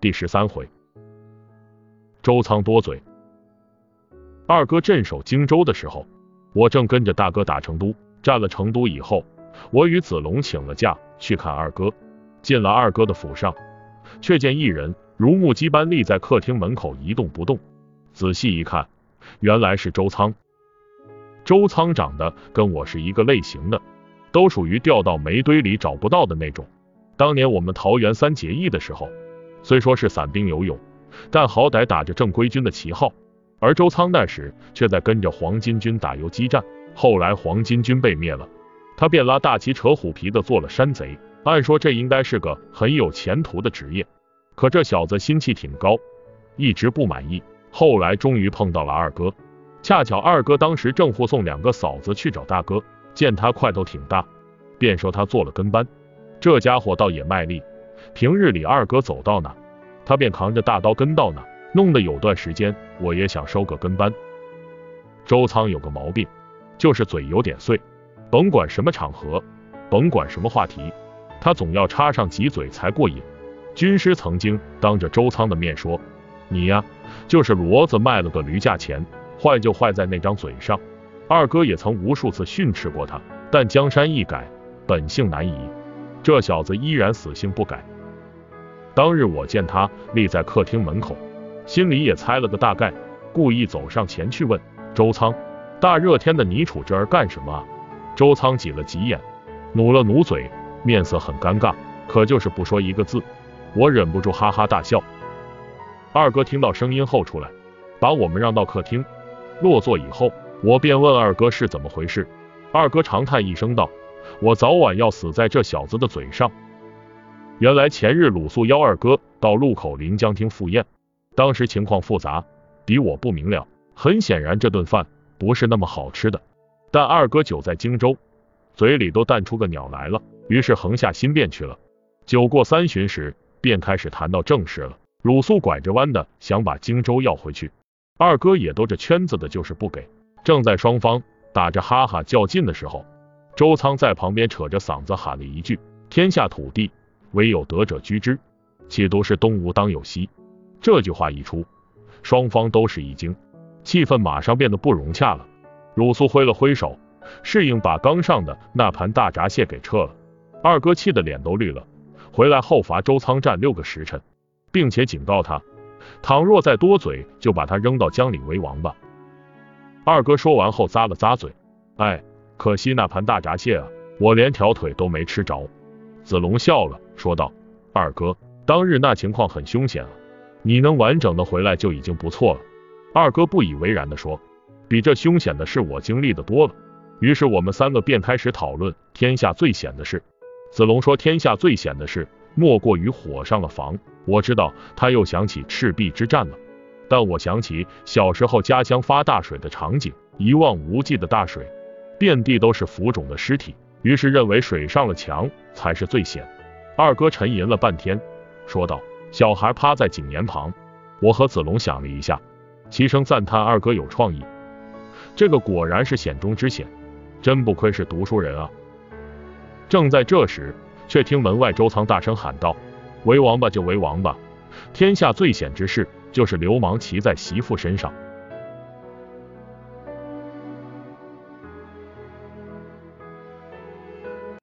第13回，周仓多嘴。二哥镇守荆州的时候，我正跟着大哥打成都。占了成都以后，我与子龙请了假去看二哥。进了二哥的府上，却见一人如木鸡般立在客厅门口一动不动。仔细一看，原来是周仓。周仓长得跟我是一个类型的，都属于掉到煤堆里找不到的那种。当年我们桃园3结义的时候，虽说是散兵游勇，但好歹打着正规军的旗号，而周仓那时却在跟着黄巾军打游击战。后来黄巾军被灭了，他便拉大旗扯虎皮的做了山贼。按说这应该是个很有前途的职业，可这小子心气挺高，一直不满意。后来终于碰到了二哥，恰巧二哥当时正护送2个嫂子去找大哥，见他块头挺大，便说他做了跟班。这家伙倒也卖力，平日里二哥走到哪，他便扛着大刀跟到哪，弄得有段时间我也想收个跟班。周仓有个毛病，就是嘴有点碎，甭管什么场合，甭管什么话题，他总要插上几嘴才过瘾。军师曾经当着周仓的面说，你呀，就是骡子卖了个驴价钱，坏就坏在那张嘴上。二哥也曾无数次训斥过他，但江山易改，本性难移，这小子依然死性不改。当日我见他立在客厅门口，心里也猜了个大概，故意走上前去问周仓，大热天的你杵这儿干什么啊？周仓挤了挤眼，努了努嘴，面色很尴尬，可就是不说一个字。我忍不住哈哈大笑。二哥听到声音后出来，把我们让到客厅。落座以后，我便问二哥是怎么回事。二哥长叹一声道，我早晚要死在这小子的嘴上。原来前日鲁肃邀二哥到路口临江厅赴宴，当时情况复杂，比我不明了。很显然这顿饭不是那么好吃的，但二哥久在荆州，嘴里都淡出个鸟来了，于是横下心便去了。酒过3巡时，便开始谈到正事了。鲁肃拐着弯的想把荆州要回去，二哥也兜着圈子的就是不给。正在双方打着哈哈较劲的时候，周仓在旁边扯着嗓子喊了一句，天下土地唯有德者居之，岂独是东吴当有西。这句话一出，双方都是一惊，气氛马上变得不融洽了。鲁肃挥了挥手，示意把缸上的那盘大闸蟹给撤了。二哥气得脸都绿了，回来后罚周仓站6个时辰，并且警告他，倘若再多嘴，就把他扔到江里为王吧。二哥说完后咂了咂嘴，哎，可惜那盘大闸蟹啊，我连条腿都没吃着。子龙笑了，说道，二哥，当日那情况很凶险啊，你能完整的回来就已经不错了。二哥不以为然的说，比这凶险的事我经历的多了。于是我们3个便开始讨论天下最险的事。子龙说天下最险的事莫过于火上了房。我知道他又想起赤壁之战了，但我想起小时候家乡发大水的场景，一望无际的大水，遍地都是浮肿的尸体，于是认为水上了墙才是最险。二哥沉吟了半天，说道，小孩趴在井沿旁。我和子龙想了一下，齐声赞叹二哥有创意，这个果然是险中之险，真不愧是读书人啊。正在这时，却听门外周仓大声喊道，为王吧就为王吧，天下最险之事就是流氓骑在媳妇身上。